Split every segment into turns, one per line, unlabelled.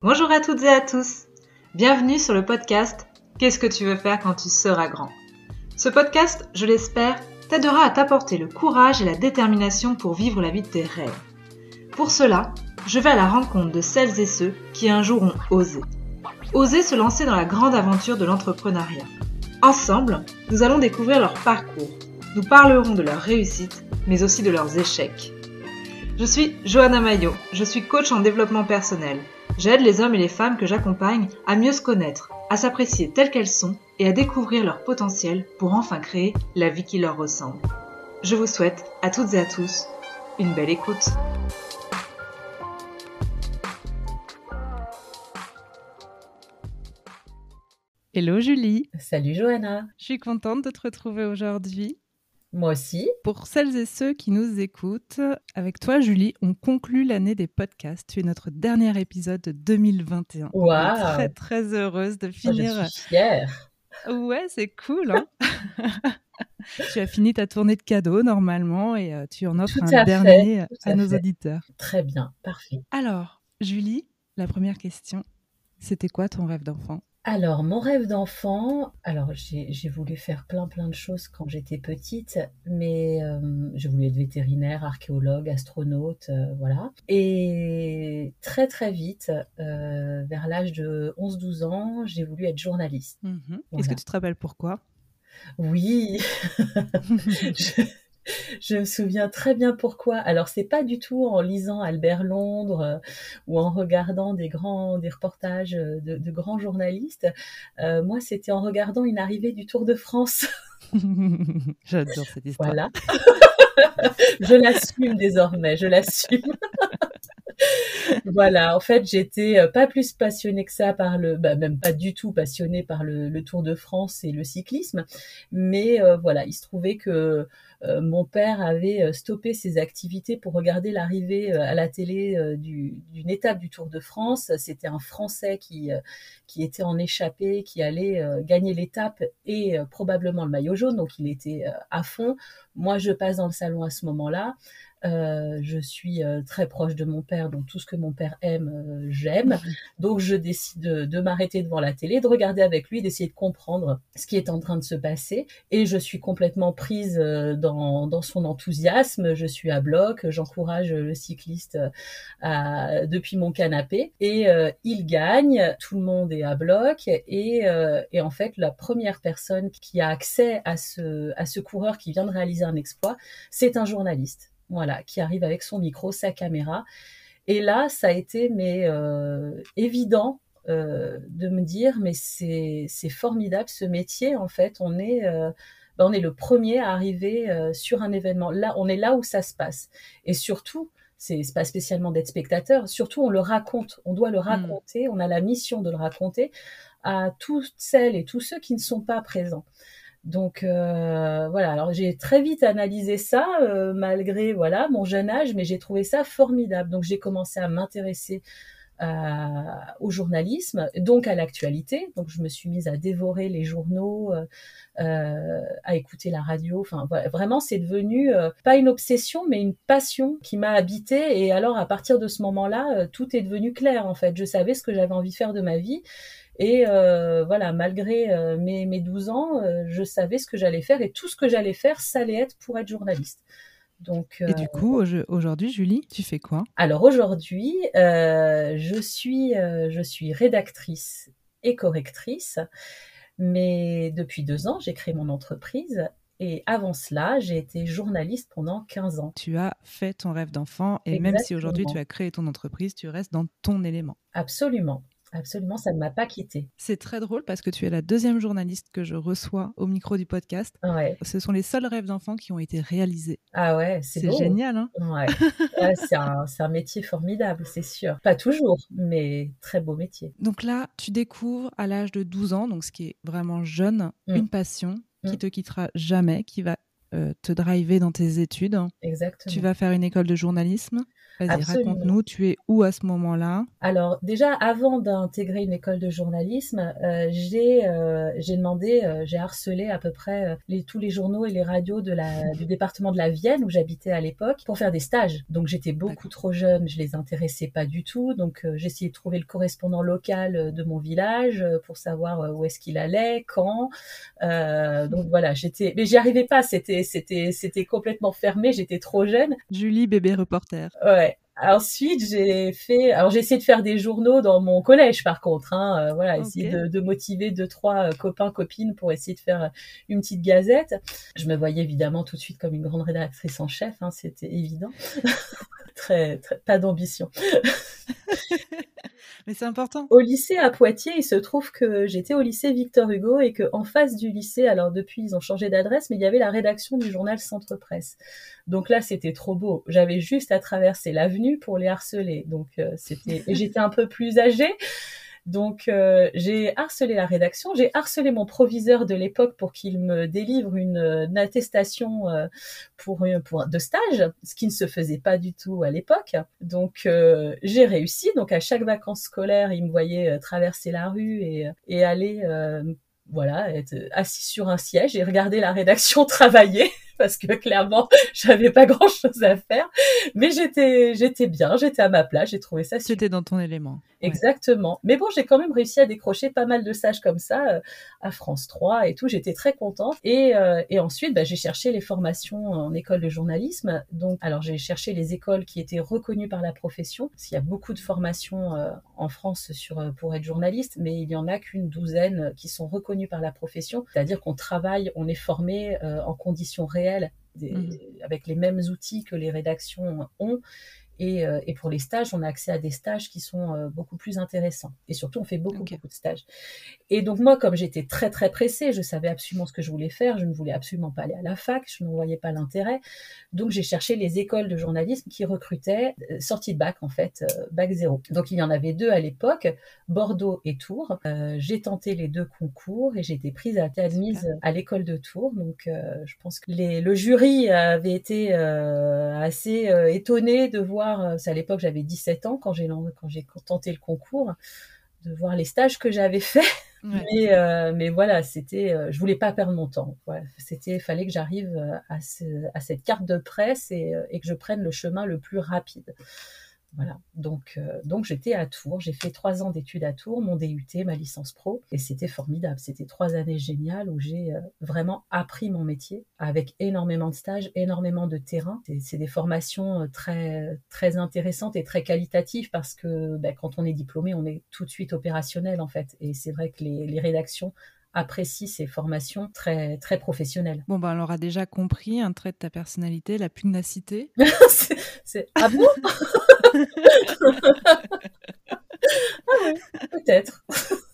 Bonjour à toutes et à tous. Bienvenue sur le podcast Qu'est-ce que tu veux faire quand tu seras grand ? Ce podcast, je l'espère, t'aidera à t'apporter le courage et la détermination pour vivre la vie de tes rêves. Pour cela, je vais à la rencontre de celles et ceux qui un jour ont osé. Osé se lancer dans la grande aventure de l'entrepreneuriat. Ensemble, nous allons découvrir leur parcours. Nous parlerons de leurs réussites, mais aussi de leurs échecs. Je suis Johanna Maillot, je suis coach en développement personnel. J'aide les hommes et les femmes que j'accompagne à mieux se connaître, à s'apprécier telles qu'elles sont et à découvrir leur potentiel pour enfin créer la vie qui leur ressemble. Je vous souhaite à toutes et à tous une belle écoute.
Hello Julie.
Salut Johanna.
Je suis contente de te retrouver aujourd'hui.
Moi aussi.
Pour celles et ceux qui nous écoutent, avec toi Julie, on conclut l'année des podcasts. Tu es notre dernier épisode de 2021.
Waouh.
On est très très heureuse de finir.
Je suis fière.
Ouais, c'est cool, hein. Tu as fini ta tournée de cadeaux normalement et tu en offres un dernier à nos auditeurs.
Très bien, parfait.
Alors, Julie, la première question, c'était quoi ton rêve d'enfant ?
Alors, mon rêve d'enfant, j'ai voulu faire plein de choses quand j'étais petite, mais j'ai voulu être vétérinaire, archéologue, astronaute, voilà. Et très très vite, vers l'âge de 11-12 ans, j'ai voulu être journaliste.
Voilà. Est-ce que tu te rappelles pourquoi ?
Oui. Je me souviens très bien pourquoi. Alors, c'est pas du tout en lisant Albert Londres ou en regardant des reportages de grands journalistes. Moi, c'était en regardant une arrivée du Tour de France.
J'adore cette histoire.
Voilà. Je l'assume désormais, je l'assume. Voilà, en fait, j'étais pas plus passionnée que ça par même pas du tout passionnée par le Tour de France et le cyclisme, mais voilà, il se trouvait que mon père avait stoppé ses activités pour regarder l'arrivée à la télé d'une étape du Tour de France. C'était un Français qui était en échappée, qui allait gagner l'étape et probablement le maillot jaune, donc il était à fond. Moi, je passe dans le salon à ce moment-là. Je suis très proche de mon père, donc tout ce que mon père aime, j'aime. Donc je décide de m'arrêter devant la télé, de regarder avec lui, d'essayer de comprendre ce qui est en train de se passer. Et je suis complètement prise dans son enthousiasme. Je suis à bloc, j'encourage le cycliste depuis mon canapé. Et il gagne, tout le monde est à bloc. Et en fait, la première personne qui a accès à ce coureur qui vient de réaliser un exploit, c'est un journaliste. Voilà, qui arrive avec son micro, sa caméra. Et là, ça a été évident de me dire, mais c'est formidable ce métier. En fait, on est le premier à arriver sur un événement. Là, on est là où ça se passe. Et surtout, c'est pas spécialement d'être spectateur. Surtout, on le raconte. On doit le raconter. On a la mission de le raconter à toutes celles et tous ceux qui ne sont pas présents. Donc voilà, alors j'ai très vite analysé ça malgré voilà mon jeune âge, mais j'ai trouvé ça formidable. Donc j'ai commencé à m'intéresser au journalisme, donc à l'actualité. Donc je me suis mise à dévorer les journaux, à écouter la radio. Enfin voilà, vraiment c'est devenu pas une obsession, mais une passion qui m'a habitée. Et alors à partir de ce moment-là, tout est devenu clair en fait. Je savais ce que j'avais envie de faire de ma vie. Et voilà, malgré mes 12 ans, je savais ce que j'allais faire et tout ce que j'allais faire, ça allait être pour être journaliste. Donc,
et du coup, aujourd'hui, Julie, tu fais quoi ?
Alors aujourd'hui, je suis rédactrice et correctrice, mais depuis 2 ans, j'ai créé mon entreprise. Et avant cela, j'ai été journaliste pendant 15 ans.
Tu as fait ton rêve d'enfant et
Exactement.
Même si aujourd'hui tu as créé ton entreprise, tu restes dans ton élément.
Absolument. Absolument, ça ne m'a pas quittée.
C'est très drôle parce que tu es la deuxième journaliste que je reçois au micro du podcast.
Ouais.
Ce sont les seuls rêves d'enfants qui ont été réalisés.
Ah ouais, c'est beau.
Génial, hein ?
Ouais, c'est un métier formidable, c'est sûr. Pas toujours, mais très beau métier.
Donc là, tu découvres à l'âge de 12 ans, donc ce qui est vraiment jeune, une passion qui te quittera jamais, qui va te driver dans tes études.
Exactement.
Tu vas faire une école de journalisme ? Vas-y,
Absolument.
raconte-nous, tu es où à ce moment-là?
Alors déjà, avant d'intégrer une école de journalisme, j'ai demandé, j'ai harcelé à peu près tous les journaux et les radios du département de la Vienne où j'habitais à l'époque pour faire des stages. Donc j'étais beaucoup trop jeune, je les intéressais pas du tout. Donc j'ai essayé de trouver le correspondant local de mon village pour savoir où est-ce qu'il allait, quand. Donc voilà, mais j'y arrivais pas. C'était complètement fermé. J'étais trop jeune.
Julie, bébé reporter.
Ouais. Ensuite, j'ai essayé de faire des journaux dans mon collège, par contre, hein, voilà, essayer de motiver 2-3 copains, copines pour essayer de faire une petite gazette. Je me voyais évidemment tout de suite comme une grande rédactrice en chef, hein, c'était évident. Pas d'ambition.
Mais c'est important.
Au lycée à Poitiers, il se trouve que j'étais au lycée Victor Hugo et qu'en face du lycée, alors depuis ils ont changé d'adresse, mais il y avait la rédaction du journal Centre Presse. Donc là, c'était trop beau. J'avais juste à traverser l'avenue pour les harceler. Donc et j'étais un peu plus âgée. Donc j'ai harcelé la rédaction, j'ai harcelé mon proviseur de l'époque pour qu'il me délivre une attestation de stage, ce qui ne se faisait pas du tout à l'époque. Donc j'ai réussi. Donc à chaque vacances scolaires, il me voyait traverser la rue et aller voilà, être assis sur un siège et regarder la rédaction travailler. Parce que clairement, j'avais pas grand chose à faire. Mais j'étais bien, j'étais à ma place, j'ai trouvé ça super.
C'était dans ton élément.
Exactement. Mais bon, j'ai quand même réussi à décrocher pas mal de stages comme ça à France 3 et tout. J'étais très contente. Et ensuite, j'ai cherché les formations en école de journalisme. Donc, alors j'ai cherché les écoles qui étaient reconnues par la profession. Parce qu'il y a beaucoup de formations en France pour être journaliste, mais il y en a qu'une douzaine qui sont reconnues par la profession. C'est-à-dire qu'on travaille, on est formé en conditions réelles, avec les mêmes outils que les rédactions ont. Et pour les stages, on a accès à des stages qui sont beaucoup plus intéressants. Et surtout, on fait beaucoup de stages. Et donc moi, comme j'étais très très pressée, je savais absolument ce que je voulais faire. Je ne voulais absolument pas aller à la fac. Je n'en voyais pas l'intérêt. Donc j'ai cherché les écoles de journalisme qui recrutaient sortie de bac en fait, bac 0. Donc il y en avait 2 à l'époque, Bordeaux et Tours. J'ai tenté les 2 concours et j'ai été admise à l'école de Tours. Donc je pense que le jury avait été assez étonné de voir. C'est à l'époque, j'avais 17 ans quand j'ai tenté le concours, de voir les stages que j'avais faits. Ouais. Mais voilà, je voulais pas perdre mon temps. Voilà, fallait que j'arrive à cette carte de presse et que je prenne le chemin le plus rapide. Voilà. Donc j'étais à Tours. J'ai fait 3 ans d'études à Tours, mon DUT, ma licence pro, et c'était formidable. C'était 3 années géniales où j'ai vraiment appris mon métier avec énormément de stages, énormément de terrain. C'est des formations très très intéressantes et très qualitatives parce que quand on est diplômé, on est tout de suite opérationnel en fait. Et c'est vrai que les rédactions apprécie ces formations très très professionnelles.
Bon, on l'aura déjà compris, un trait de ta personnalité, la pugnacité.
Ah bon? Ah ouais, peut-être.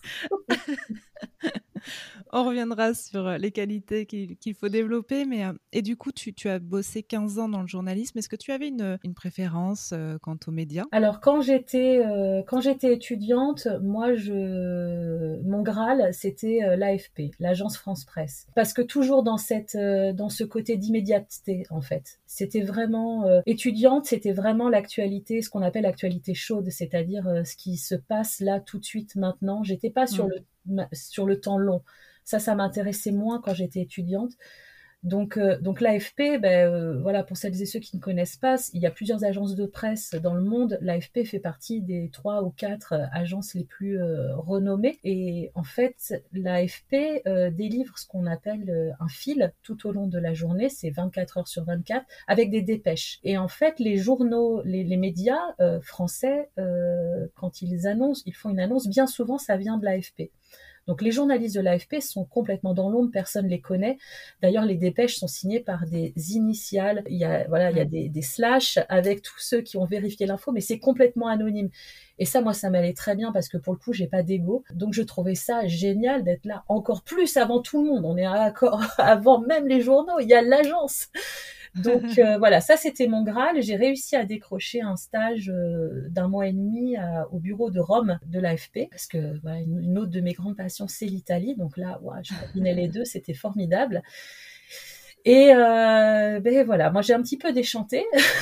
On reviendra sur les qualités qu'il faut développer. Et du coup, tu as bossé 15 ans dans le journalisme. Est-ce que tu avais une préférence quant aux médias ?
Alors, quand j'étais étudiante, moi, mon Graal, c'était l'AFP, l'Agence France Presse. Parce que toujours dans ce côté d'immédiateté, en fait. C'était vraiment... étudiante, c'était vraiment l'actualité, ce qu'on appelle l'actualité chaude, c'est-à-dire ce qui se passe là, tout de suite, maintenant. J'étais pas sur le temps long. Ça m'intéressait moins quand j'étais étudiante. Donc l'AFP, voilà, pour celles et ceux qui ne connaissent pas, il y a plusieurs agences de presse dans le monde. L'AFP fait partie des 3 ou 4 agences les plus renommées. Et en fait, l'AFP délivre ce qu'on appelle un fil tout au long de la journée, c'est 24 heures sur 24, avec des dépêches. Et en fait, les journaux, les médias français, quand ils font une annonce, bien souvent, ça vient de l'AFP. Donc les journalistes de l'AFP sont complètement dans l'ombre, personne ne les connaît. D'ailleurs, les dépêches sont signées par des initiales. Il y a des slash avec tous ceux qui ont vérifié l'info, mais c'est complètement anonyme. Et ça, moi, ça m'allait très bien parce que pour le coup, j'ai pas d'ego. Donc je trouvais ça génial d'être là encore plus avant tout le monde. On est avant même les journaux, il y a l'agence. Donc voilà, ça c'était mon Graal. J'ai réussi à décrocher un stage d'1 mois et demi au bureau de Rome de l'AFP parce que voilà, une autre de mes grandes passions c'est l'Italie. Donc là, je combinais les deux, c'était formidable. Et voilà, moi j'ai un petit peu déchanté.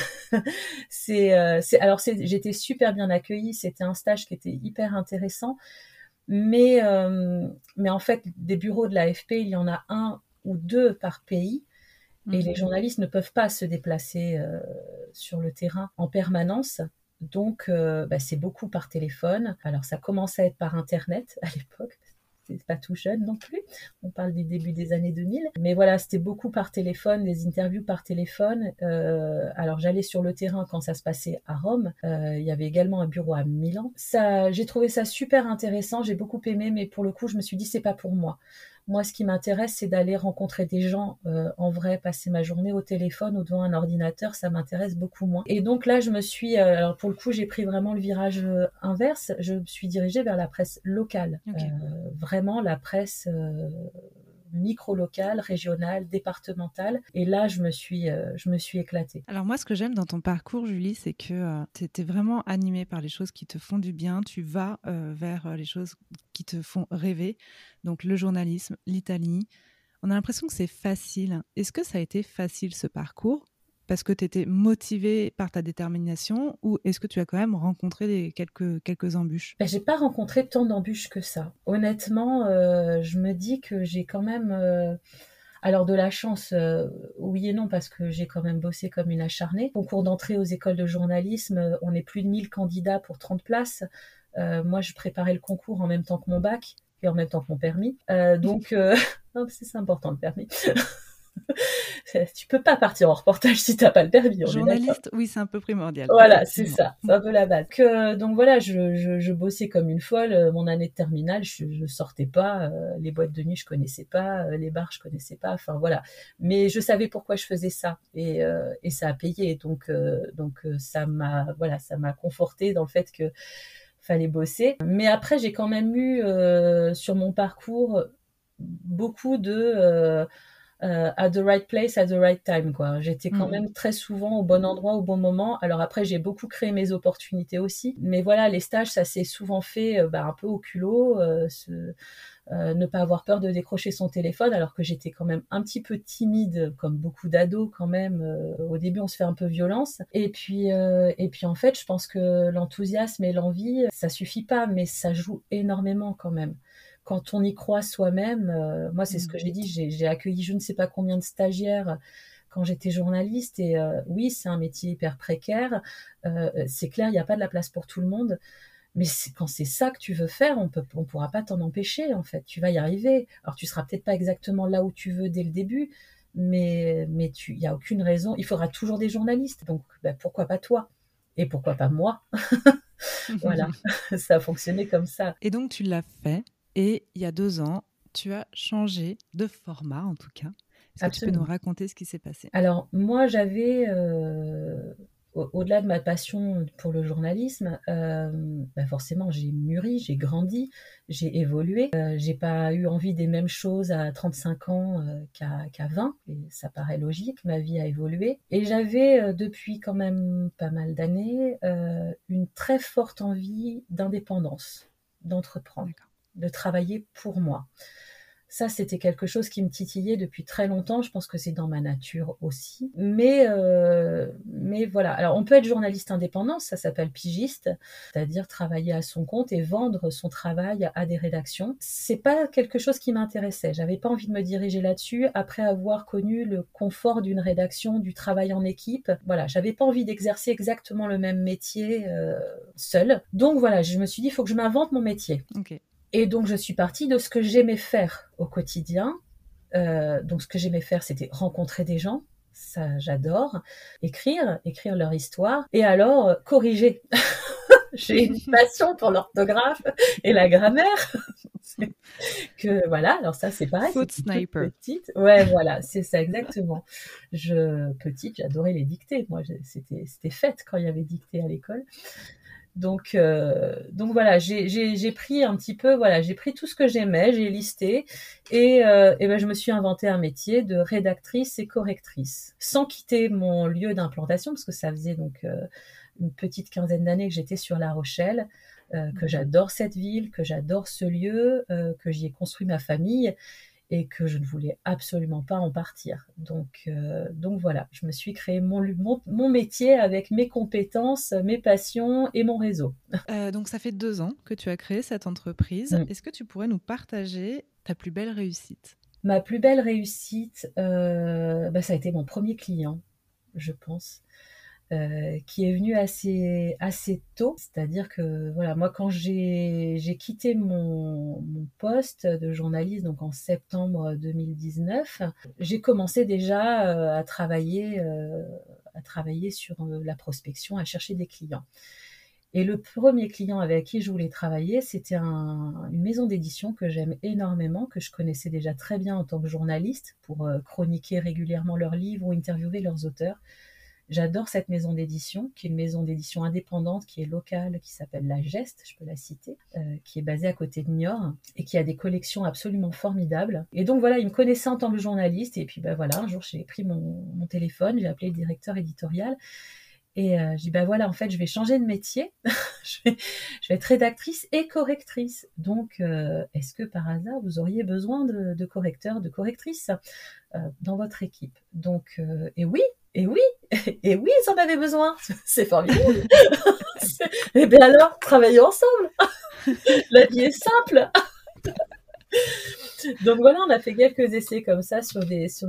J'étais super bien accueillie. C'était un stage qui était hyper intéressant, mais en fait, des bureaux de l'AFP, il y en a un ou deux par pays. Et les journalistes ne peuvent pas se déplacer sur le terrain en permanence. Donc, c'est beaucoup par téléphone. Alors, ça commence à être par Internet à l'époque. C'est pas tout jeune non plus. On parle du début des années 2000. Mais voilà, c'était beaucoup par téléphone, des interviews par téléphone. Alors, j'allais sur le terrain quand ça se passait à Rome. Il y avait également un bureau à Milan. J'ai trouvé ça super intéressant. J'ai beaucoup aimé, mais pour le coup, je me suis dit, c'est pas pour moi. Moi, ce qui m'intéresse, c'est d'aller rencontrer des gens en vrai, passer ma journée au téléphone ou devant un ordinateur, ça m'intéresse beaucoup moins. Et donc là, alors pour le coup, j'ai pris vraiment le virage inverse. Je me suis dirigée vers la presse locale,
Okay.
Vraiment la presse micro-locale, régionale, départementale. Et là, je me suis éclatée.
Alors moi, ce que j'aime dans ton parcours, Julie, c'est que tu étais vraiment animée par les choses qui te font du bien. Tu vas vers les choses qui te font rêver. Donc le journalisme, l'Italie. On a l'impression que c'est facile. Est-ce que ça a été facile ce parcours parce que tu étais motivée par ta détermination ou est-ce que tu as quand même rencontré quelques embûches?
J'ai pas rencontré tant d'embûches que ça. Honnêtement, je me dis que j'ai quand même alors de la chance, oui et non, parce que j'ai quand même bossé comme une acharnée. Concours d'entrée aux écoles de journalisme, on est plus de 1000 candidats pour 30 places. Moi, je préparais le concours en même temps que mon bac et en même temps que mon permis. Donc, c'est important le permis. Tu peux pas partir en reportage si t'as pas le permis.
Journaliste, oui, c'est un peu primordial.
Voilà, c'est ça, c'est un peu la base. Donc voilà, je bossais comme une folle. Mon année de terminale, je sortais pas. Les boîtes de nuit, je connaissais pas. Les bars, je connaissais pas. Enfin voilà, mais je savais pourquoi je faisais ça et ça a payé. Donc ça m'a conforté dans le fait que fallait bosser. Mais après, j'ai quand même eu sur mon parcours beaucoup de at the right place, at the right time, quoi. J'étais quand même très souvent au bon endroit, au bon moment. Alors après, j'ai beaucoup créé mes opportunités aussi. Mais voilà, les stages, ça s'est souvent fait un peu au culot. Ne pas avoir peur de décrocher son téléphone, alors que j'étais quand même un petit peu timide, comme beaucoup d'ados quand même. Au début, on se fait un peu violence. Et puis en fait, je pense que l'enthousiasme et l'envie, ça suffit pas, mais ça joue énormément quand même. Quand on y croit soi-même, moi c'est ce que j'ai dit, j'ai accueilli je ne sais pas combien de stagiaires quand j'étais journaliste et oui, c'est un métier hyper précaire, c'est clair, il n'y a pas de la place pour tout le monde, mais quand c'est ça que tu veux faire, on pourra pas t'en empêcher en fait, tu vas y arriver. Alors tu seras peut-être pas exactement là où tu veux dès le début, mais il y a aucune raison, il faudra toujours des journalistes, donc pourquoi pas toi et pourquoi pas moi. Voilà, ça a fonctionné comme ça.
Et donc tu l'as fait. Et il y a 2 ans, tu as changé de format, en tout cas. Est-ce que tu peux nous raconter ce qui s'est passé?
Alors, moi, j'avais, au-delà de ma passion pour le journalisme, forcément, j'ai mûri, j'ai grandi, j'ai évolué. J'ai pas eu envie des mêmes choses à 35 ans qu'à 20, et ça paraît logique, ma vie a évolué. Et j'avais, depuis quand même pas mal d'années, une très forte envie d'indépendance, d'entreprendre, de travailler pour moi. Ça, c'était quelque chose qui me titillait depuis très longtemps. Je pense que c'est dans ma nature aussi. Mais voilà. Alors, on peut être journaliste indépendant, ça s'appelle pigiste, c'est-à-dire travailler à son compte et vendre son travail à des rédactions. C'est pas quelque chose qui m'intéressait. J'avais pas envie de me diriger là-dessus après avoir connu le confort d'une rédaction, du travail en équipe. Voilà, j'avais pas envie d'exercer exactement le même métier seule. Donc voilà, je me suis dit, il faut que je m'invente mon métier.
Okay.
Et donc, je suis partie de ce que j'aimais faire au quotidien. Donc, ce que j'aimais faire, c'était rencontrer des gens. Ça, j'adore. Écrire leur histoire. Et alors, corriger. J'ai une passion pour l'orthographe et la grammaire. Que voilà, alors ça, c'est pareil.
Faute sniper.
Petite. Ouais, voilà, c'est ça, exactement. Petite, j'adorais les dictées. Moi, c'était fête quand il y avait dictées à l'école. Donc voilà, j'ai pris un petit peu, voilà, j'ai pris tout ce que j'aimais, j'ai listé et je me suis inventé un métier de rédactrice et correctrice, sans quitter mon lieu d'implantation, parce que ça faisait donc une petite quinzaine d'années que j'étais sur La Rochelle, que j'adore cette ville, que j'adore ce lieu, que j'y ai construit ma famille. et que je ne voulais absolument pas en partir. Donc voilà, je me suis créé mon métier avec mes compétences, mes passions et mon réseau.
Donc ça fait 2 ans que tu as créé cette entreprise. Est-ce que tu pourrais nous partager ta plus belle réussite ?
Ma plus belle réussite, ça a été mon premier client, je pense. Qui est venu assez tôt. C'est-à-dire que voilà, moi quand j'ai quitté mon poste de journaliste, donc en septembre 2019, j'ai commencé déjà à travailler sur la prospection, à chercher des clients. Et le premier client avec qui je voulais travailler, c'était une maison d'édition que j'aime énormément, que je connaissais déjà très bien en tant que journaliste pour chroniquer régulièrement leurs livres ou interviewer leurs auteurs. J'adore cette maison d'édition, qui est une maison d'édition indépendante, qui est locale, qui s'appelle La Geste, je peux la citer, qui est basée à côté de Niort et qui a des collections absolument formidables. Et donc voilà, il me connaissait en tant que journaliste. Et puis voilà, un jour j'ai pris mon téléphone, j'ai appelé le directeur éditorial et j'ai dit voilà, en fait, je vais changer de métier. je vais être rédactrice et correctrice. Donc, est-ce que par hasard vous auriez besoin de correcteurs, de correctrices dans votre équipe ? Donc, et oui, ils en avaient besoin. C'est formidable. Et bien alors, travaillons ensemble. La vie est simple. Donc voilà, on a fait quelques essais comme ça sur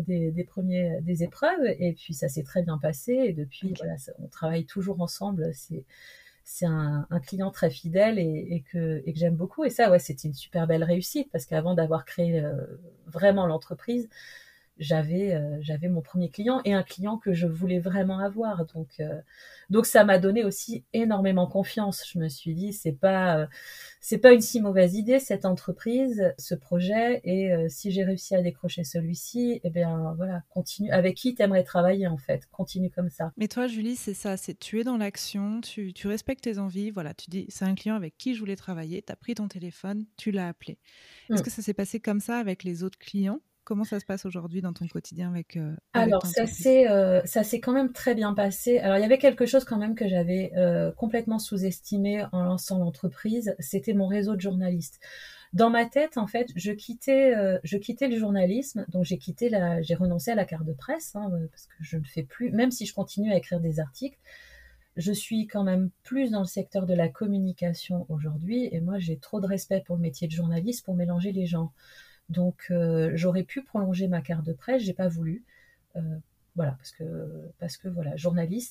des épreuves, et puis ça s'est très bien passé. Et depuis, voilà, on travaille toujours ensemble. C'est un client très fidèle et que j'aime beaucoup. Et ça, ouais, c'était une super belle réussite parce qu'avant d'avoir créé vraiment l'entreprise, j'avais mon premier client et un client que je voulais vraiment avoir. Donc ça m'a donné aussi énormément confiance. Je me suis dit, c'est pas une si mauvaise idée, cette entreprise, ce projet, et si j'ai réussi à décrocher celui-ci, eh bien voilà, continue. Avec qui t'aimerais travailler en fait? Continue comme ça.
Mais toi, Julie, c'est ça, c'est tu es dans l'action, tu respectes tes envies, voilà, tu dis, c'est un client avec qui je voulais travailler, tu as pris ton téléphone, tu l'as appelé. Est-ce que ça s'est passé comme ça avec les autres clients ? Comment ça se passe aujourd'hui dans ton quotidien avec
Alors,
ton
ça
entreprise ?
s'est quand même très bien passé. Alors, il y avait quelque chose quand même que j'avais complètement sous-estimé en lançant l'entreprise, c'était mon réseau de journalistes. Dans ma tête, en fait, je quittais le journalisme, donc j'ai renoncé à la carte de presse, parce que je ne fais plus, même si je continue à écrire des articles, je suis quand même plus dans le secteur de la communication aujourd'hui, et moi, j'ai trop de respect pour le métier de journaliste pour mélanger les gens. Donc, j'aurais pu prolonger ma carte de presse, j'ai pas voulu. Voilà, parce que voilà, journaliste,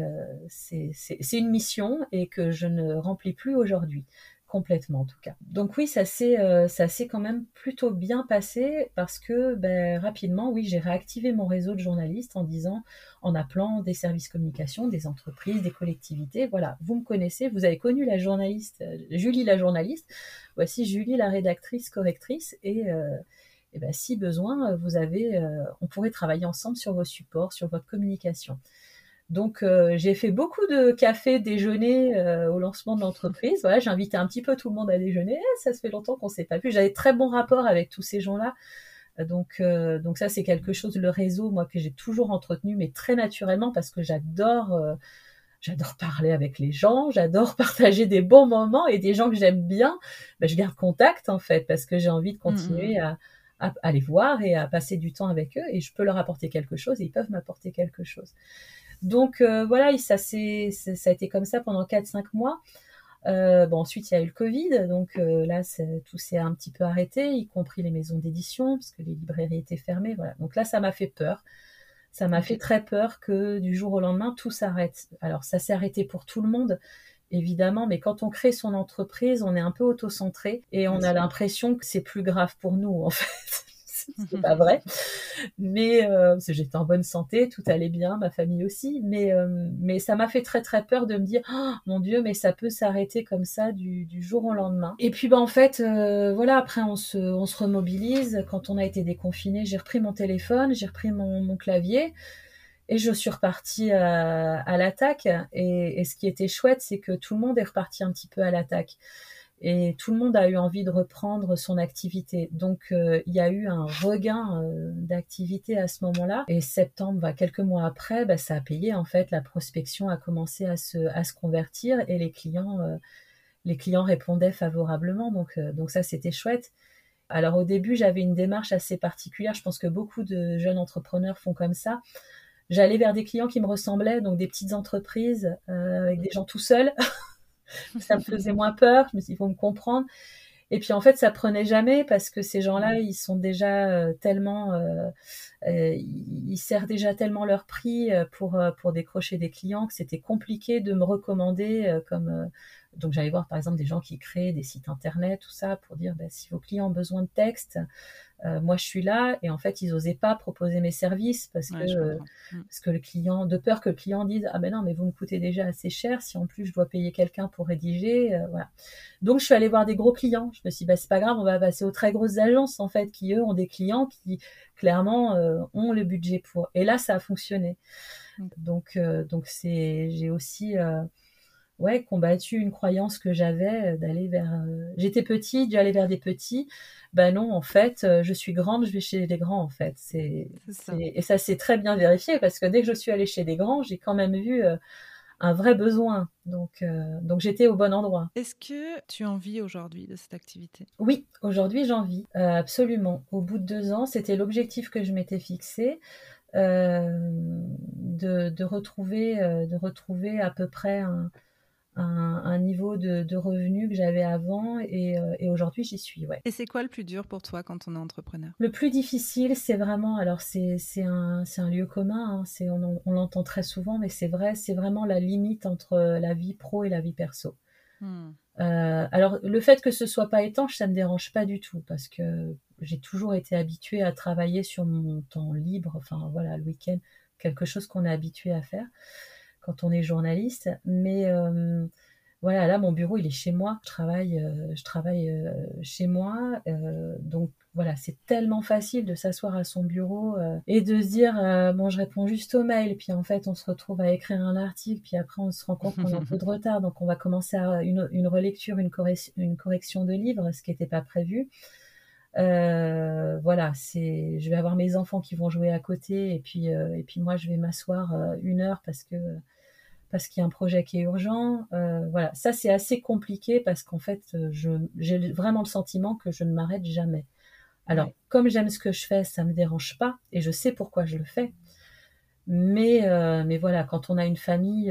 c'est une mission et que je ne remplis plus aujourd'hui, complètement en tout cas. Donc oui, ça s'est quand même plutôt bien passé parce que rapidement, oui, j'ai réactivé mon réseau de journalistes en appelant des services communication, des entreprises, des collectivités. Voilà, vous me connaissez, vous avez connu la journaliste, Julie la journaliste. Voici Julie la rédactrice correctrice et si besoin, on pourrait travailler ensemble sur vos supports, sur votre communication. Donc, j'ai fait beaucoup de cafés, déjeuners au lancement de l'entreprise. Voilà, j'ai invité un petit peu tout le monde à déjeuner. Ça se fait longtemps qu'on ne s'est pas vu. J'avais très bon rapport avec tous ces gens-là. Donc ça, c'est quelque chose, le réseau, moi, que j'ai toujours entretenu, mais très naturellement, parce que j'adore parler avec les gens, j'adore partager des bons moments et des gens que j'aime bien. Je garde contact, en fait, parce que j'ai envie de continuer à les voir et à passer du temps avec eux, et je peux leur apporter quelque chose et ils peuvent m'apporter quelque chose. Donc voilà, ça a été comme ça pendant 4-5 mois. Ensuite, il y a eu le Covid, donc là, tout s'est un petit peu arrêté, y compris les maisons d'édition, parce que les librairies étaient fermées. Voilà. Donc là, ça m'a fait peur. Ça m'a fait très peur que du jour au lendemain, tout s'arrête. Alors, ça s'est arrêté pour tout le monde, évidemment, mais quand on crée son entreprise, on est un peu auto-centré et on a l'impression que c'est plus grave pour nous, en fait. C'est pas vrai. Mais parce que j'étais en bonne santé, tout allait bien, ma famille aussi. Mais ça m'a fait très très peur de me dire, oh, mon Dieu, mais ça peut s'arrêter comme ça du jour au lendemain. Et puis en fait, voilà, après on se remobilise. Quand on a été déconfiné, j'ai repris mon téléphone, j'ai repris mon clavier. Et je suis repartie à l'attaque. Et ce qui était chouette, c'est que tout le monde est reparti un petit peu à l'attaque. Et tout le monde a eu envie de reprendre son activité. Donc, il y a eu un regain d'activité à ce moment-là. Et septembre, quelques mois après, ça a payé. En fait, la prospection a commencé à se convertir et les clients répondaient favorablement. Donc ça, c'était chouette. Alors au début, j'avais une démarche assez particulière. Je pense que beaucoup de jeunes entrepreneurs font comme ça. J'allais vers des clients qui me ressemblaient, donc des petites entreprises avec des gens tout seuls. Ça me faisait moins peur. Je me suis dit, ils vont me comprendre. Et puis en fait, ça prenait jamais parce que ces gens-là, ils sont déjà tellement, ils serrent déjà tellement leur prix pour décrocher des clients que c'était compliqué de me recommander donc j'allais voir par exemple des gens qui créent des sites internet, tout ça, pour dire si vos clients ont besoin de texte, moi je suis là. Et en fait, ils osaient pas proposer mes services parce que le client, de peur que le client dise ah ben non mais vous me coûtez déjà assez cher, si en plus je dois payer quelqu'un pour rédiger, voilà. Donc je suis allée voir des gros clients. Je me suis dit c'est pas grave, on va passer aux très grosses agences en fait qui eux ont des clients qui clairement ont le budget pour. Et là ça a fonctionné. Donc j'ai aussi combattu une croyance que j'avais d'aller vers. J'étais petite, j'allais vers des petits. Ben non, en fait, je suis grande, je vais chez les grands, en fait. Et ça s'est très bien vérifié parce que dès que je suis allée chez des grands, j'ai quand même vu un vrai besoin. Donc j'étais au bon endroit.
Est-ce que tu en vis aujourd'hui de cette activité ?
Oui, aujourd'hui j'en vis, absolument. Au bout de 2 ans, c'était l'objectif que je m'étais fixé. De retrouver à peu près un niveau de revenu que j'avais avant et aujourd'hui j'y suis, ouais.
Et c'est quoi le plus dur pour toi quand on est entrepreneur ?
Le plus difficile, c'est vraiment, alors c'est un lieu commun, hein, on l'entend très souvent, mais c'est vrai, c'est vraiment la limite entre la vie pro et la vie perso. Alors le fait que ce soit pas étanche, ça me dérange pas du tout parce que j'ai toujours été habituée à travailler sur mon temps libre, enfin voilà, le week-end, quelque chose qu'on est habitué à faire quand on est journaliste. Mais voilà, là mon bureau il est chez moi, je travaille chez moi, donc voilà, c'est tellement facile de s'asseoir à son bureau et de se dire bon, je réponds juste aux mails, puis en fait on se retrouve à écrire un article, puis après on se rend compte qu'on a un peu de retard, donc on va commencer à une relecture, une correction de livre, ce qui n'était pas prévu. Voilà, je vais avoir mes enfants qui vont jouer à côté, et puis moi je vais m'asseoir 1 heure parce qu'il y a un projet qui est urgent. Voilà, ça c'est assez compliqué parce qu'en fait j'ai vraiment le sentiment que je ne m'arrête jamais. Alors, comme j'aime ce que je fais, ça me dérange pas et je sais pourquoi je le fais. Mais voilà, quand on a une famille,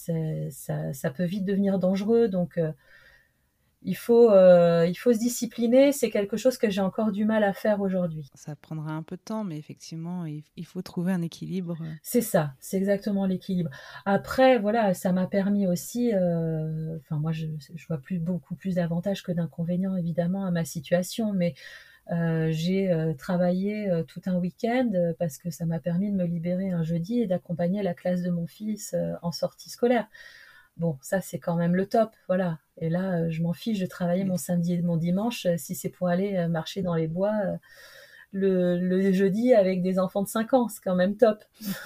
ça peut vite devenir dangereux. Donc, il faut se discipliner. C'est quelque chose que j'ai encore du mal à faire aujourd'hui.
Ça prendra un peu de temps, mais effectivement, il faut trouver un équilibre.
C'est ça, c'est exactement l'équilibre. Après, voilà, ça m'a permis aussi, moi, je vois beaucoup plus d'avantages que d'inconvénients, évidemment, à ma situation, mais j'ai travaillé tout un week-end parce que ça m'a permis de me libérer un jeudi et d'accompagner la classe de mon fils en sortie scolaire. Bon, ça c'est quand même le top, voilà. Et là, je m'en fiche de travailler mon samedi et mon dimanche si c'est pour aller marcher dans les bois le jeudi avec des enfants de 5 ans, c'est quand même top.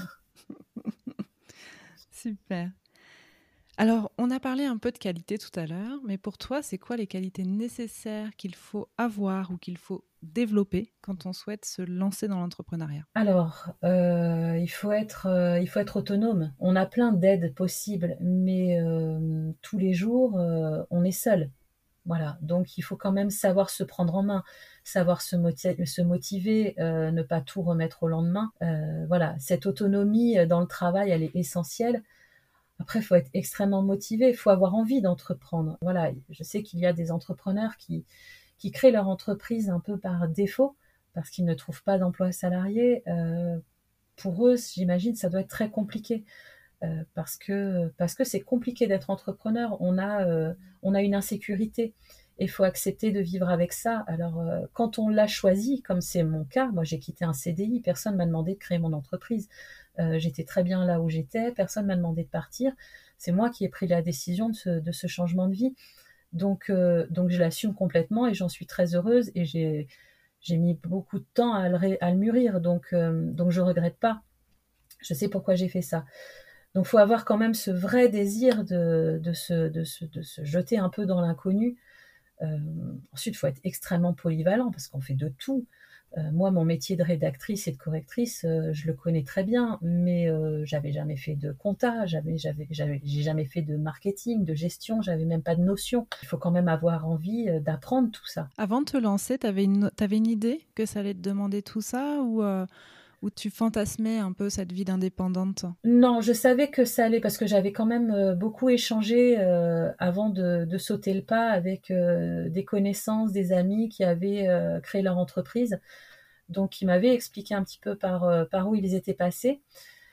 Super. Alors, on a parlé un peu de qualité tout à l'heure, mais pour toi, c'est quoi les qualités nécessaires qu'il faut avoir ou qu'il faut développer quand on souhaite se lancer dans l'entrepreneuriat ?
Alors, il faut être autonome. On a plein d'aides possibles, mais tous les jours, on est seul. Voilà, donc il faut quand même savoir se prendre en main, savoir se motiver, ne pas tout remettre au lendemain. Voilà, cette autonomie dans le travail, elle est essentielle. Après, il faut être extrêmement motivé, il faut avoir envie d'entreprendre. Voilà, je sais qu'il y a des entrepreneurs qui créent leur entreprise un peu par défaut, parce qu'ils ne trouvent pas d'emploi salarié. Pour eux, j'imagine, ça doit être très compliqué. Parce que c'est compliqué d'être entrepreneur. On a une insécurité et il faut accepter de vivre avec ça. Alors, quand on l'a choisi, comme c'est mon cas, moi j'ai quitté un CDI, personne m'a demandé de créer mon entreprise. J'étais très bien là où j'étais, personne m'a demandé de partir. C'est moi qui ai pris la décision de ce changement de vie. Donc je l'assume complètement et j'en suis très heureuse et j'ai mis beaucoup de temps à le mûrir. Donc je regrette pas. Je sais pourquoi j'ai fait ça. Donc, faut avoir quand même ce vrai désir de se jeter un peu dans l'inconnu. Ensuite, il faut être extrêmement polyvalent parce qu'on fait de tout. Moi, mon métier de rédactrice et de correctrice, je le connais très bien, mais j'avais jamais fait de compta, j'ai jamais fait de marketing, de gestion, j'avais même pas de notion. Il faut quand même avoir envie d'apprendre tout ça.
Avant de te lancer, t'avais une idée que ça allait te demander tout ça ou tu fantasmais un peu cette vie d'indépendante?
Non, je savais que ça allait parce que j'avais quand même beaucoup échangé avant de sauter le pas avec des connaissances, des amis qui avaient créé leur entreprise. Donc, ils m'avaient expliqué un petit peu par où ils étaient passés.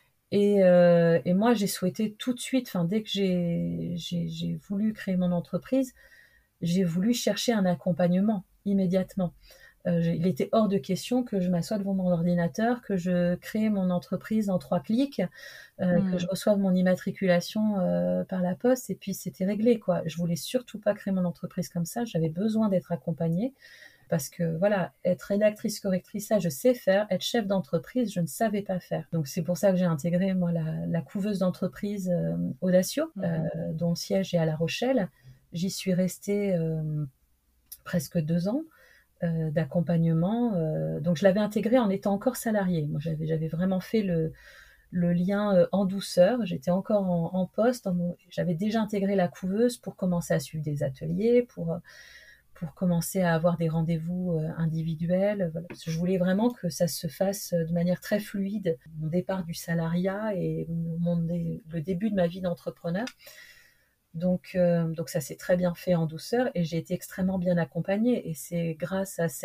Et moi, j'ai souhaité tout de suite, dès que j'ai voulu créer mon entreprise, j'ai voulu chercher un accompagnement immédiatement. Il était hors de question que je m'assoie devant mon ordinateur, que je crée mon entreprise en 3 clics, que je reçoive mon immatriculation par la poste et puis c'était réglé, quoi. Je voulais surtout pas créer mon entreprise comme ça. J'avais besoin d'être accompagnée parce que voilà, être rédactrice, correctrice, ça je sais faire. Être chef d'entreprise, je ne savais pas faire. Donc c'est pour ça que j'ai intégré moi la couveuse d'entreprise Audacio, dont le siège est à La Rochelle. J'y suis restée presque 2 ans d'accompagnement. Donc je l'avais intégré en étant encore salariée. Moi j'avais vraiment fait le lien en douceur. J'étais encore en poste. J'avais déjà intégré la couveuse pour commencer à suivre des ateliers, pour commencer à avoir des rendez-vous individuels. Voilà. Parce que je voulais vraiment que ça se fasse de manière très fluide, mon départ du salariat et le début de ma vie d'entrepreneur. Donc ça s'est très bien fait en douceur et j'ai été extrêmement bien accompagnée. Et c'est grâce à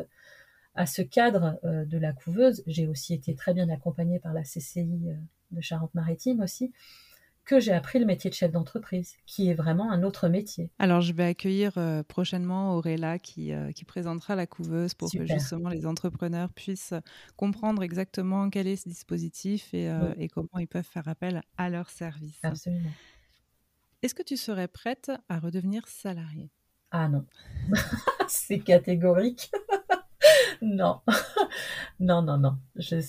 ce cadre de la couveuse, j'ai aussi été très bien accompagnée par la CCI de Charente-Maritime aussi, que j'ai appris le métier de chef d'entreprise, qui est vraiment un autre métier.
Alors, je vais accueillir prochainement Auréla qui présentera la couveuse pour
Super.
que justement les entrepreneurs puissent comprendre exactement quel est ce dispositif et comment ils peuvent faire appel à leur service.
Absolument.
Est-ce que tu serais prête à redevenir salariée?
Ah non, c'est catégorique. Non, non, non, non. Je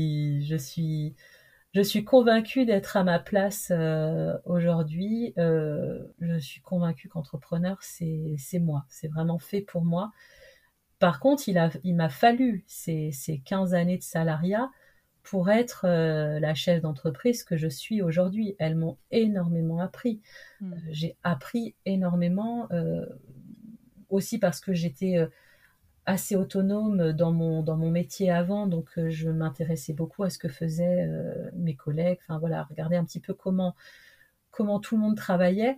suis convaincue d'être à ma place aujourd'hui. Je suis convaincue qu'entrepreneur, c'est moi. C'est vraiment fait pour moi. Par contre, il m'a fallu ces 15 années de salariat pour être la chef d'entreprise que je suis aujourd'hui. Elles m'ont énormément appris. J'ai appris énormément, aussi parce que j'étais assez autonome dans mon métier avant, donc je m'intéressais beaucoup à ce que faisaient mes collègues. Enfin voilà, regarder un petit peu comment tout le monde travaillait.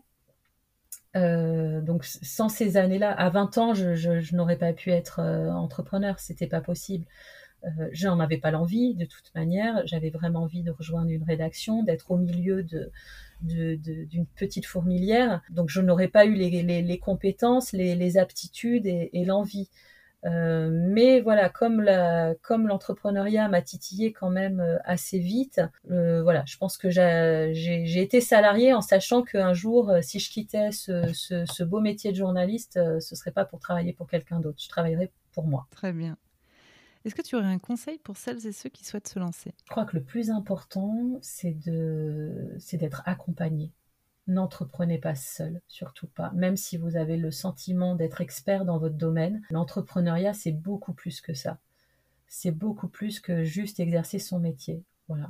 Donc sans ces années-là, à 20 ans, je n'aurais pas pu être entrepreneur, c'était pas possible. Je n'en avais pas l'envie de toute manière. J'avais vraiment envie de rejoindre une rédaction, d'être au milieu d'une petite fourmilière. Donc je n'aurais pas eu les compétences, les aptitudes et l'envie. Mais voilà, comme l'entrepreneuriat m'a titillé quand même assez vite, voilà, je pense que j'ai été salariée en sachant qu'un jour, si je quittais ce beau métier de journaliste, ce serait pas pour travailler pour quelqu'un d'autre, je travaillerais pour moi.
Très bien. Est-ce que tu aurais un conseil pour celles et ceux qui souhaitent se lancer?
Je crois que le plus important, c'est d'être accompagné. N'entreprenez pas seul, surtout pas. Même si vous avez le sentiment d'être expert dans votre domaine, l'entrepreneuriat, c'est beaucoup plus que ça. C'est beaucoup plus que juste exercer son métier. Voilà.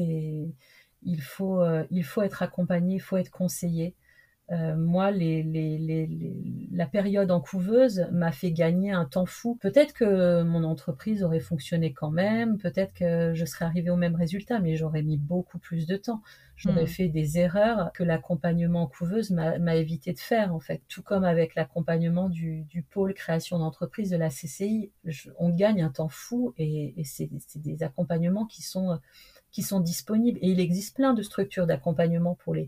Il faut être accompagné, il faut être conseillé. Moi, la période en couveuse m'a fait gagner un temps fou. Peut-être que mon entreprise aurait fonctionné quand même, peut-être que je serais arrivée au même résultat, mais j'aurais mis beaucoup plus de temps. J'aurais fait des erreurs que l'accompagnement en couveuse m'a évité de faire, en fait. Tout comme avec l'accompagnement du pôle création d'entreprise de la CCI. On gagne un temps fou et c'est des accompagnements qui sont disponibles. Et il existe plein de structures d'accompagnement pour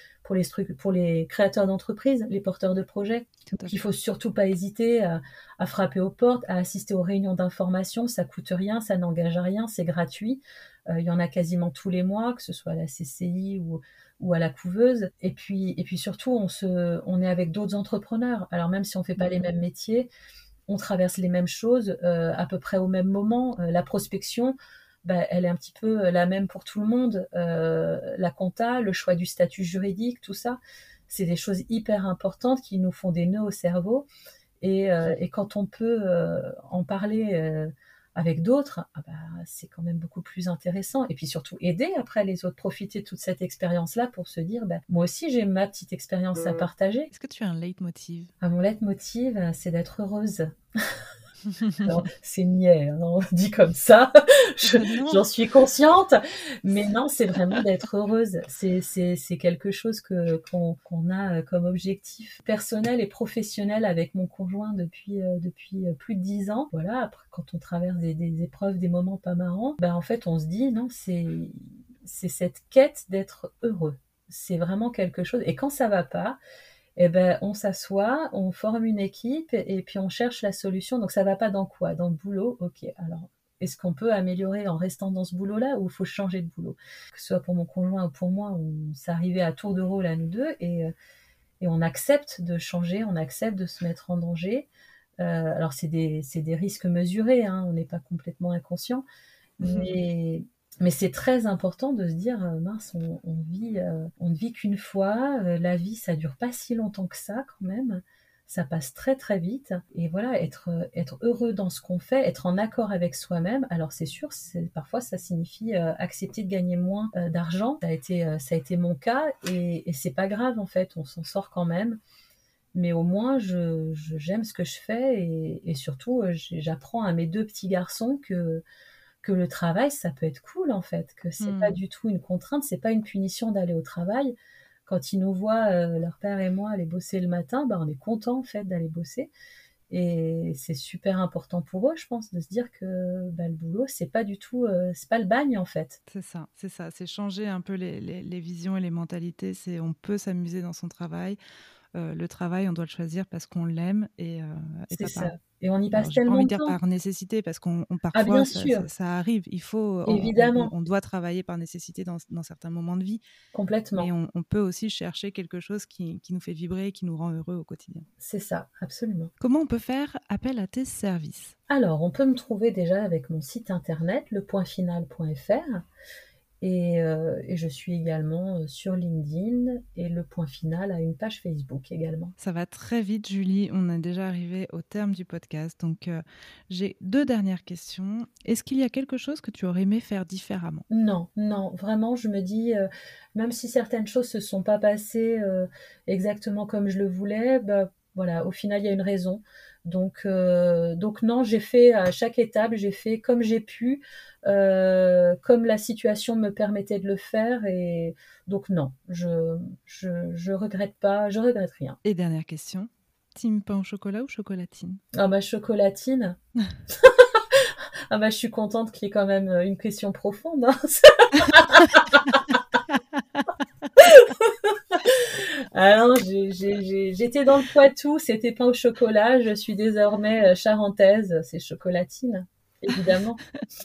les créateurs d'entreprises, les porteurs de projets. Il faut surtout pas hésiter à frapper aux portes, à assister aux réunions d'information. Ça coûte rien, ça n'engage à rien, c'est gratuit. Il y en a quasiment tous les mois, que ce soit à la CCI ou à la couveuse. Et puis surtout, on est avec d'autres entrepreneurs. Alors même si on fait pas les mêmes métiers, on traverse les mêmes choses à peu près au même moment. La prospection, elle est un petit peu la même pour tout le monde. La compta, le choix du statut juridique, tout ça, c'est des choses hyper importantes qui nous font des nœuds au cerveau. Et quand on peut en parler avec d'autres, c'est quand même beaucoup plus intéressant. Et puis surtout aider après les autres, profiter de toute cette expérience-là pour se dire, moi aussi j'ai ma petite expérience à partager.
Est-ce que tu as un leitmotiv ?
Mon leitmotiv, c'est d'être heureuse. Alors, c'est niais, hein, on dit comme ça, j'en suis consciente, mais non, c'est vraiment d'être heureuse. C'est quelque chose qu'on a comme objectif personnel et professionnel avec mon conjoint depuis plus de 10 ans. Voilà, après, quand on traverse des épreuves, des moments pas marrants, en fait, on se dit, non, c'est cette quête d'être heureux. C'est vraiment quelque chose, et quand ça va pas, on s'assoit, on forme une équipe et puis on cherche la solution. Donc ça va pas dans quoi ? Dans le boulot ? Ok, alors est-ce qu'on peut améliorer en restant dans ce boulot-là ou il faut changer de boulot ? Que ce soit pour mon conjoint ou pour moi, c'est arrivé à tour de rôle à nous deux et on accepte de changer, on accepte de se mettre en danger. Alors c'est des risques mesurés, hein, on n'est pas complètement inconscient, mais c'est très important de se dire, mince, on ne vit qu'une fois, la vie, ça dure pas si longtemps que ça quand même, ça passe très très vite, et voilà, être heureux dans ce qu'on fait, être en accord avec soi-même. Alors c'est sûr, parfois ça signifie accepter de gagner moins d'argent, ça a été mon cas, et c'est pas grave en fait, on s'en sort quand même. Mais au moins, j'aime ce que je fais, et surtout, j'apprends à mes 2 petits garçons que le travail, ça peut être cool en fait, que c'est pas du tout une contrainte, c'est pas une punition d'aller au travail. Quand ils nous voient, leur père et moi, aller bosser le matin, on est content en fait d'aller bosser. Et c'est super important pour eux, je pense, de se dire que le boulot, c'est pas du tout, c'est pas le bagne en fait.
C'est ça, c'est changer un peu les visions et les mentalités. On peut s'amuser dans son travail. Le travail, on doit le choisir parce qu'on l'aime et
c'est
pas
ça. Et on y passe
j'ai pas
tellement
envie
de
de dire
temps.
par nécessité, parce qu'on
Ah,
parfois
bien sûr.
ça arrive. Il faut,
Évidemment.
on doit travailler par nécessité dans certains moments de vie.
Complètement.
Mais on peut aussi chercher quelque chose qui nous fait vibrer, qui nous rend heureux au quotidien.
C'est ça, absolument.
Comment on peut faire appel à tes services ?
Alors, on peut me trouver déjà avec mon site internet, lepointfinal.fr. Et je suis également sur LinkedIn, et Le Point Final a une page Facebook également.
Ça va très vite, Julie. On est déjà arrivé au terme du podcast. Donc, j'ai 2 dernières questions. Est-ce qu'il y a quelque chose que tu aurais aimé faire différemment ?
Non, vraiment, je me dis, même si certaines choses se sont pas passées exactement comme je le voulais, voilà, au final, il y a une raison. Donc non, j'ai fait à chaque étape, j'ai fait comme j'ai pu, comme la situation me permettait de le faire, et donc non, je regrette pas, je regrette rien.
Et dernière question, team pain au chocolat ou chocolatine ?
Chocolatine. Je suis contente qu'il y ait quand même une question profonde, hein. Alors, j'étais dans le Poitou, c'était pain au chocolat. Je suis désormais charentaise, c'est chocolatine, évidemment.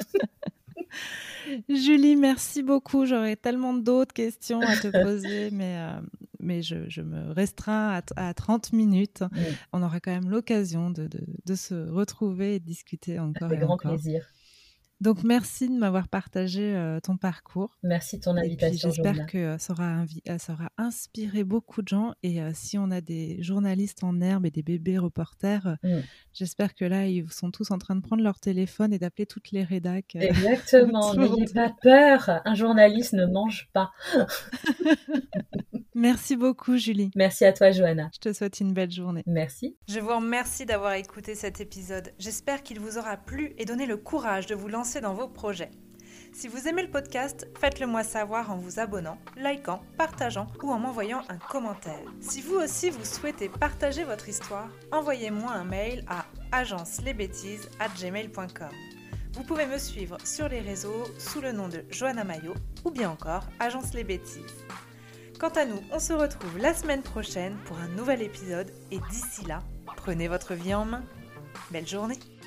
Julie, merci beaucoup. J'aurais tellement d'autres questions à te poser, mais je me restreins à 30 minutes.
Oui.
On aura quand même l'occasion de se retrouver et de discuter encore
Avec
et
grand
encore.
plaisir.
Donc, merci de m'avoir partagé ton parcours.
Merci de ton invitation,
et puis, j'espère
Joanna.
que ça aura inspiré beaucoup de gens. Et si on a des journalistes en herbe et des bébés reporters, j'espère que là, ils sont tous en train de prendre leur téléphone et d'appeler toutes les rédacs.
Exactement, n'ayez pas peur. Un journaliste ne mange pas.
Merci beaucoup, Julie.
Merci à toi, Joanna.
Je te souhaite une belle journée.
Merci.
Je vous remercie d'avoir écouté cet épisode. J'espère qu'il vous aura plu et donné le courage de vous lancer dans vos projets. Si vous aimez le podcast, faites-le moi savoir en vous abonnant, likant, partageant ou en m'envoyant un commentaire. Si vous aussi vous souhaitez partager votre histoire, envoyez-moi un mail à agencelesbêtises@gmail.com. Vous pouvez me suivre sur les réseaux sous le nom de Joanna Maillot ou bien encore Agence Les Bêtises. Quant à nous, on se retrouve la semaine prochaine pour un nouvel épisode et d'ici là, prenez votre vie en main. Belle journée!